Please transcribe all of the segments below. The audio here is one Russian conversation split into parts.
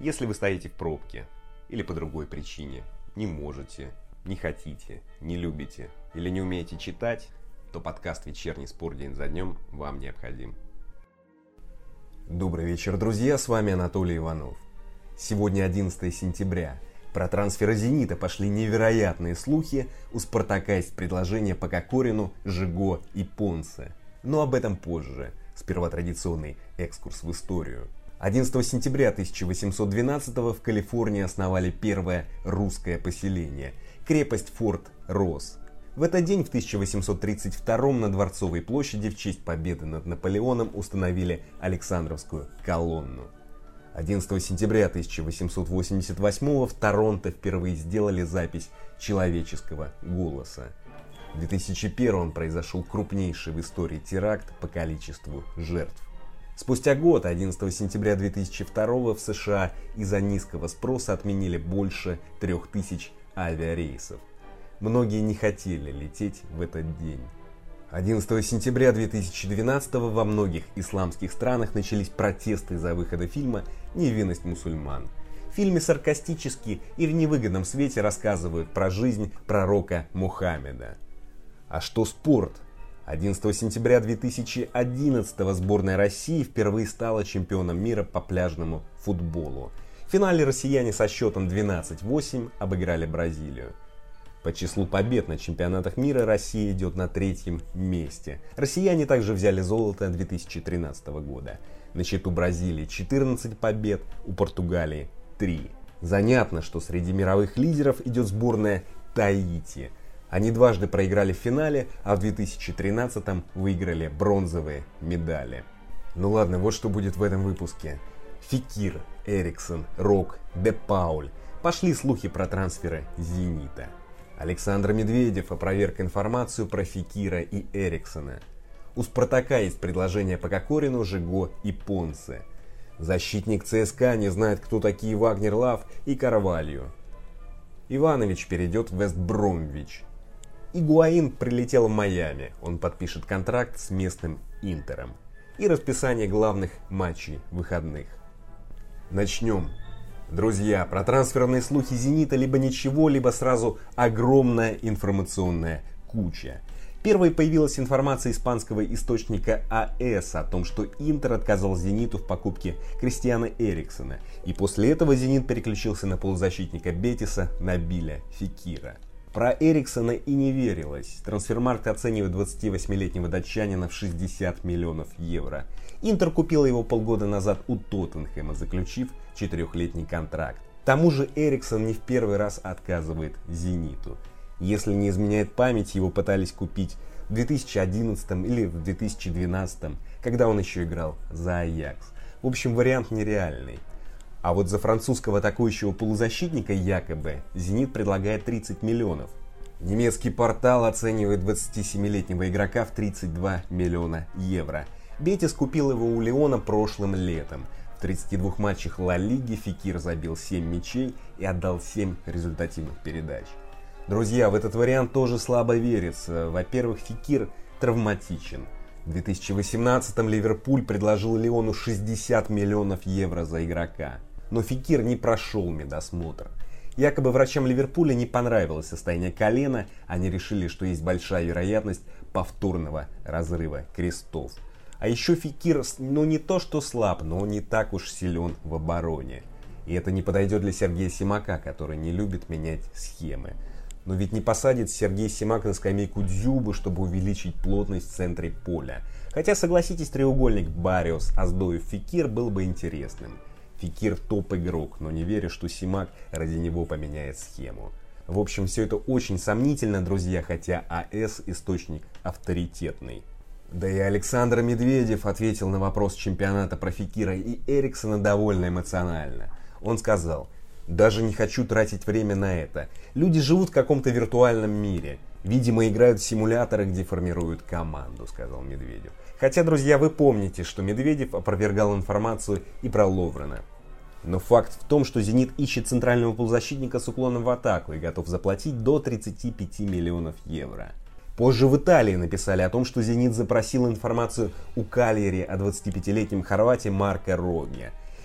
Если вы стоите в пробке или по другой причине, не можете, не хотите, не любите или не умеете читать, то подкаст «Вечерний спор день за днем» вам необходим. Добрый вечер, друзья, с вами Анатолий Иванов. Сегодня 11 сентября. Про трансферы «Зенита» пошли невероятные слухи, у «Спартака» есть предложения по Кокорину, Жиго и Понсе. Но об этом позже. Сперва традиционный экскурс в историю. 11 сентября 1812 в Калифорнии основали первое русское поселение – крепость Форт Росс. В этот день, в 1832 на Дворцовой площади в честь победы над Наполеоном установили Александровскую колонну. 11 сентября 1888 в Торонто впервые сделали запись человеческого голоса. В 2001 произошел крупнейший в истории теракт по количеству жертв. Спустя год, 11 сентября 2002 в США из-за низкого спроса отменили больше 3000 авиарейсов. Многие не хотели лететь в этот день. 11 сентября 2012 во многих исламских странах начались протесты из-за выхода фильма «Невинность мусульман». В фильме саркастически и в невыгодном свете рассказывают про жизнь пророка Мухаммеда. А что спорт? 11 сентября 2011 сборная России впервые стала чемпионом мира по пляжному футболу. В финале россияне со счетом 12-8 обыграли Бразилию. По числу побед на чемпионатах мира Россия идет на 3-м месте. Россияне также взяли золото 2013 года. На счету Бразилии 14 побед, у Португалии 3. Занятно, что среди мировых лидеров идет сборная Таити. Они дважды проиграли в финале, а в 2013 выиграли бронзовые медали. Ну ладно, вот что будет в этом выпуске. Фекир, Эриксон, Рок, Де Пауль. Пошли слухи про трансферы «Зенита». Александр Медведев опроверг информацию про Фекира и Эриксона. У «Спартака» есть предложения по Кокорину, Жиго и Понсе. Защитник ЦСКА не знает, кто такие Вагнер Лав и Карвальо. Иванович перейдет в Вест-Бромвич. Игуаин прилетел в Майами, он подпишет контракт с местным Интером. И расписание главных матчей выходных. Начнем. Друзья, про трансферные слухи «Зенита» либо ничего, либо сразу огромная информационная куча. Первой появилась информация испанского источника АС о том, что Интер отказал «Зениту» в покупке Кристиана Эриксона. И после этого «Зенит» переключился на полузащитника Бетиса Набиля Фекира. Про Эриксона и не верилось. Трансфермаркт оценивает 28-летнего датчанина в 60 миллионов евро. Интер купил его полгода назад у Тоттенхэма, заключив 4-летний контракт. К тому же Эриксон не в первый раз отказывает «Зениту». Если не изменяет память, его пытались купить в 2011 или в 2012, когда он еще играл за Аякс. В общем, вариант нереальный. А вот за французского атакующего полузащитника якобы «Зенит» предлагает 30 миллионов. Немецкий портал оценивает 27-летнего игрока в 32 миллиона евро. Бетис купил его у Лиона прошлым летом. В 32 матчах Ла Лиги Фекир забил 7 мячей и отдал 7 результативных передач. Друзья, в этот вариант тоже слабо верится. Во-первых, Фекир травматичен. В 2018-м Ливерпуль предложил Лиону 60 миллионов евро за игрока. Но Фекир не прошел медосмотр. Якобы врачам Ливерпуля не понравилось состояние колена, они решили, что есть большая вероятность повторного разрыва крестов. А еще Фекир, не то что слаб, но не так уж силен в обороне. И это не подойдет для Сергея Симака, который не любит менять схемы. Но ведь не посадит Сергей Симак на скамейку Дзюбы, чтобы увеличить плотность в центре поля. Хотя, согласитесь, треугольник Барриос, Оздоев, Фекир был бы интересным. Фекир топ-игрок, но не верю, что Симак ради него поменяет схему. В общем, все это очень сомнительно, друзья, хотя АС источник авторитетный. Да и Александр Медведев ответил на вопрос чемпионата про Фекира и Эриксона довольно эмоционально. Он сказал: «Даже не хочу тратить время на это. Люди живут в каком-то виртуальном мире. Видимо, играют в симуляторы, где формируют команду», — сказал Медведев. Хотя, друзья, вы помните, что Медведев опровергал информацию и про Ловрена. Но факт в том, что «Зенит» ищет центрального полузащитника с уклоном в атаку и готов заплатить до 35 миллионов евро. Позже в Италии написали о том, что «Зенит» запросил информацию у Кальяри о 25-летнем хорвате Марко Рогге.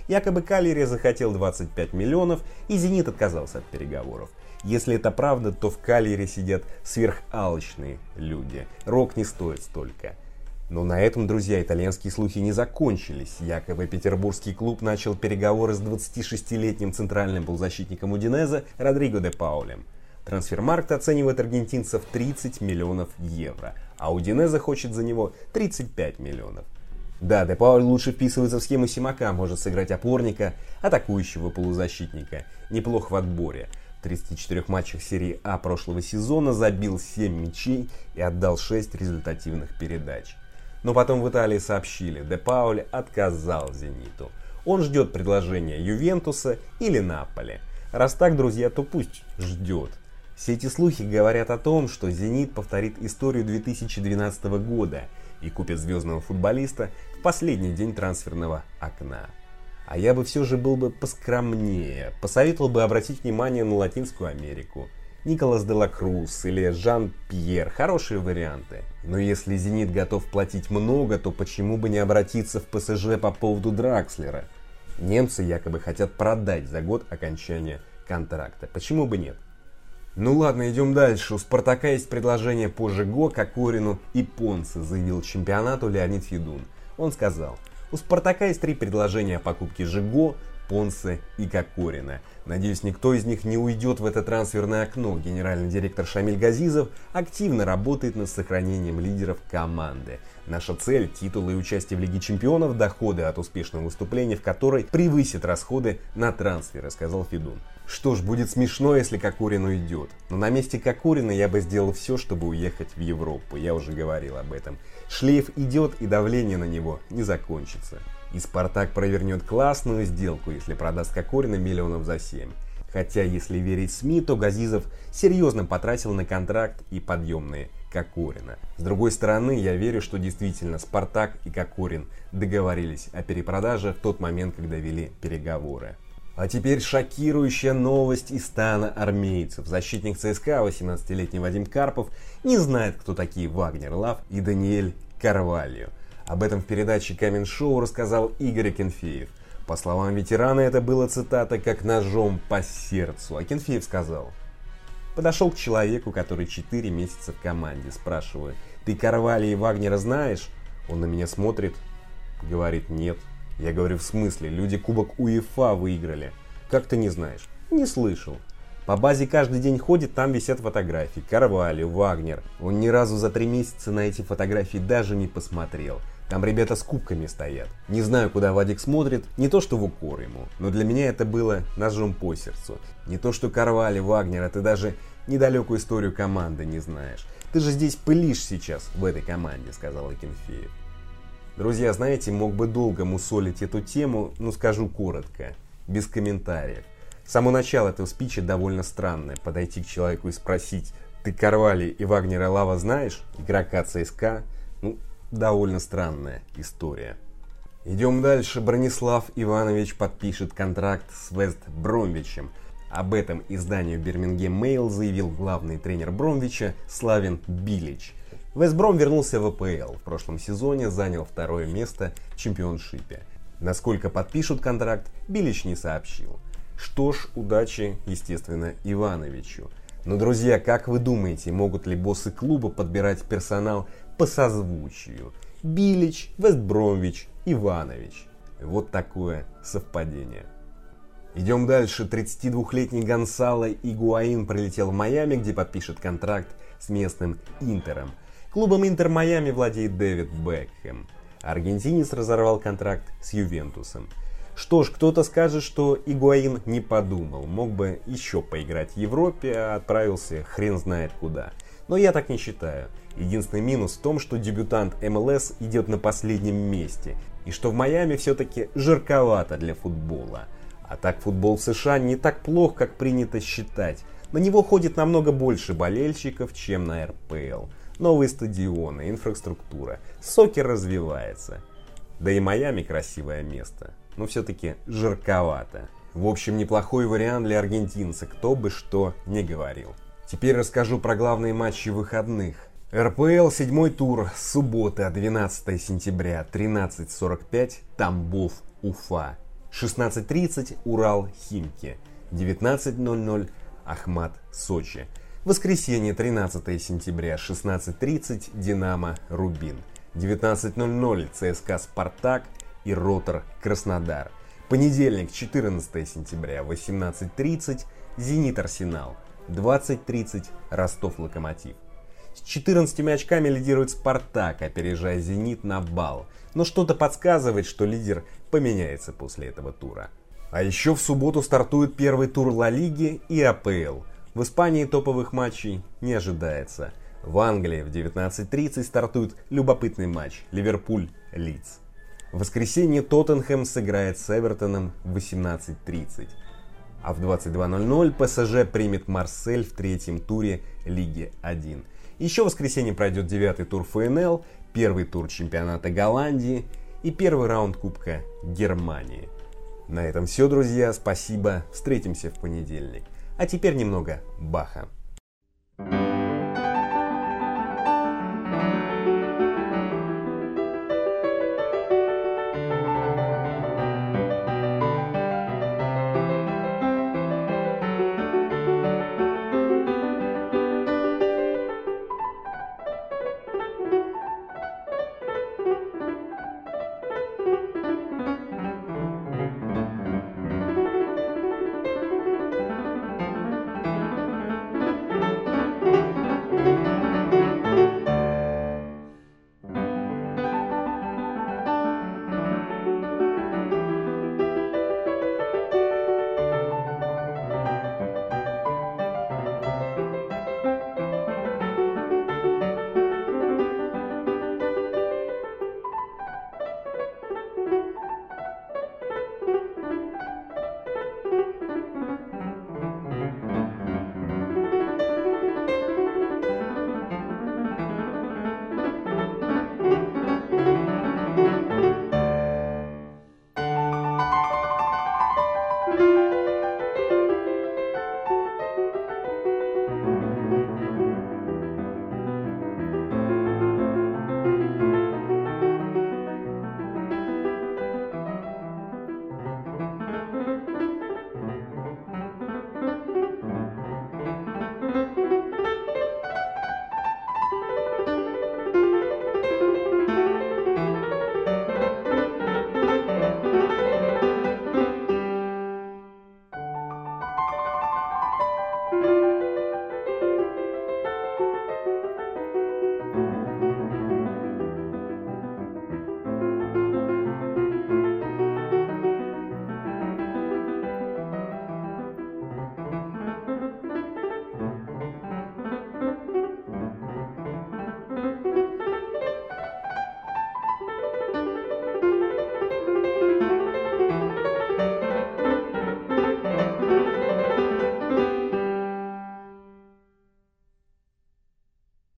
Якобы Кальяри захотел 25 миллионов, и «Зенит» отказался от переговоров. Если это правда, то в Кальяри сидят сверхалчные люди. Рок не стоит столько. Но на этом, друзья, итальянские слухи не закончились. Якобы петербургский клуб начал переговоры с 26-летним центральным полузащитником Удинезе Родриго де Паулем. Трансфермаркт оценивает аргентинца в 30 миллионов евро, а Удинезе хочет за него 35 миллионов. Да, де Пауль лучше вписывается в схему Симака, может сыграть опорника, атакующего полузащитника. Неплох в отборе. В 34 матчах серии А прошлого сезона забил 7 мячей и отдал 6 результативных передач. Но потом в Италии сообщили, де Пауль отказал «Зениту». Он ждет предложения Ювентуса или Наполи. Раз так, друзья, то пусть ждет. Все эти слухи говорят о том, что «Зенит» повторит историю 2012 года и купит звездного футболиста в последний день трансферного окна. А я бы все же был бы поскромнее, посоветовал бы обратить внимание на Латинскую Америку. Николас де ла Круз или Жан-Пьер – хорошие варианты. Но если «Зенит» готов платить много, то почему бы не обратиться в ПСЖ по поводу Дракслера? Немцы якобы хотят продать за год окончания контракта. Почему бы нет? Ну ладно, идем дальше. У «Спартака» есть предложение по Жиго, Кокорину и Понсе, заявил чемпионату Леонид Федун. Он сказал: у «Спартака» есть 3 предложения о покупке Жиго, Понсе и Кокорина. Надеюсь, никто из них не уйдет в это трансферное окно. Генеральный директор Шамиль Газизов активно работает над сохранением лидеров команды. Наша цель – титулы и участие в Лиге Чемпионов, доходы от успешного выступления в которой превысят расходы на трансферы, сказал Федун. Что ж, будет смешно, если Кокорин уйдет. Но на месте Кокорина я бы сделал все, чтобы уехать в Европу. Я уже говорил об этом. Шлейф идет, и давление на него не закончится. И «Спартак» провернет классную сделку, если продаст Кокорина миллионов за 7. Хотя, если верить СМИ, то Газизов серьезно потратил на контракт и подъемные Кокорина. С другой стороны, я верю, что действительно «Спартак» и Кокорин договорились о перепродаже в тот момент, когда вели переговоры. А теперь шокирующая новость из стана армейцев. Защитник ЦСКА, 18-летний Вадим Карпов, не знает, кто такие Вагнер Лав и Даниэль Карвальо. Об этом в передаче «Камин-шоу» рассказал Игорь Акинфеев. По словам ветерана, это было, цитата, «как ножом по сердцу». Акинфеев сказал: подошел к человеку, который 4 месяца в команде. Спрашиваю: ты Карвальо и Вагнера знаешь? Он на меня смотрит, говорит: нет. Я говорю: в смысле? Люди Кубок УЕФА выиграли. Как ты не знаешь? Не слышал. По базе каждый день ходит, там висят фотографии. Карвальо, Вагнер. Он ни разу за 3 месяца на эти фотографии даже не посмотрел. Там ребята с кубками стоят. Не знаю, куда Вадик смотрит, не то что в укор ему, но для меня это было ножом по сердцу. Не то что Карвальо, Вагнера, ты даже недалекую историю команды не знаешь. Ты же здесь пылишь сейчас в этой команде, сказал Акинфеев. Друзья, знаете, мог бы долго мусолить эту тему, но скажу коротко, без комментариев. Само начало этого спича довольно странное. Подойти к человеку и спросить: ты Карвальо и Вагнера Лава знаешь? Игрока ЦСКА? Довольно странная история. Идем дальше. Бронислав Иванович подпишет контракт с Вест Бромвичем. Об этом изданию Birmingham Mail заявил главный тренер Бромвича Славен Билич. Вест Бром вернулся в АПЛ. В прошлом сезоне занял 2-е место в чемпионшипе. Насколько подпишут контракт, Билич не сообщил. Что ж, удачи, естественно, Ивановичу. Но, друзья, как вы думаете, могут ли боссы клуба подбирать персонал по созвучию? Билич, Вест Бромвич, Иванович. Вот такое совпадение. Идем дальше. 32-летний Гонсало Игуаин прилетел в Майами, где подпишет контракт с местным Интером. Клубом Интер Майами владеет Дэвид Бекхэм. Аргентинец разорвал контракт с Ювентусом. Что ж, кто-то скажет, что Игуаин не подумал, мог бы еще поиграть в Европе, а отправился хрен знает куда. Но я так не считаю. Единственный минус в том, что дебютант МЛС идет на последнем месте, и что в Майами все-таки жарковато для футбола. А так футбол в США не так плох, как принято считать. На него ходит намного больше болельщиков, чем на РПЛ. Новые стадионы, инфраструктура, сокер развивается. Да и Майами красивое место, но все-таки жарковато. В общем, неплохой вариант для аргентинца, кто бы что ни говорил. Теперь расскажу про главные матчи выходных. РПЛ 7-й тур, суббота, 12 сентября, 13:45, Тамбов, Уфа. 16:30 Урал-Химки. 19:00 Ахмат-Сочи. Воскресенье, 13 сентября, 16:30 Динамо-Рубин. 19:00 ЦСКА Спартак и Ротор-Краснодар. Понедельник, 14 сентября, 18:30 Зенит-Арсенал. 20:30 Ростов-Локомотив. С 14 очками лидирует Спартак, опережая Зенит на балл. Но что-то подсказывает, что лидер поменяется после этого тура. А еще в субботу стартует первый тур Ла Лиги и АПЛ. В Испании топовых матчей не ожидается. В Англии в 19:30 стартует любопытный матч Ливерпуль-Лидс. В воскресенье Тоттенхэм сыграет с Эвертоном в 18:30. А в 22:00 ПСЖ примет Марсель в третьем туре Лиги 1. Еще в воскресенье пройдет 9-й тур ФНЛ, первый тур чемпионата Голландии и первый раунд Кубка Германии. На этом все, друзья. Спасибо. Встретимся в понедельник. А теперь немного Баха.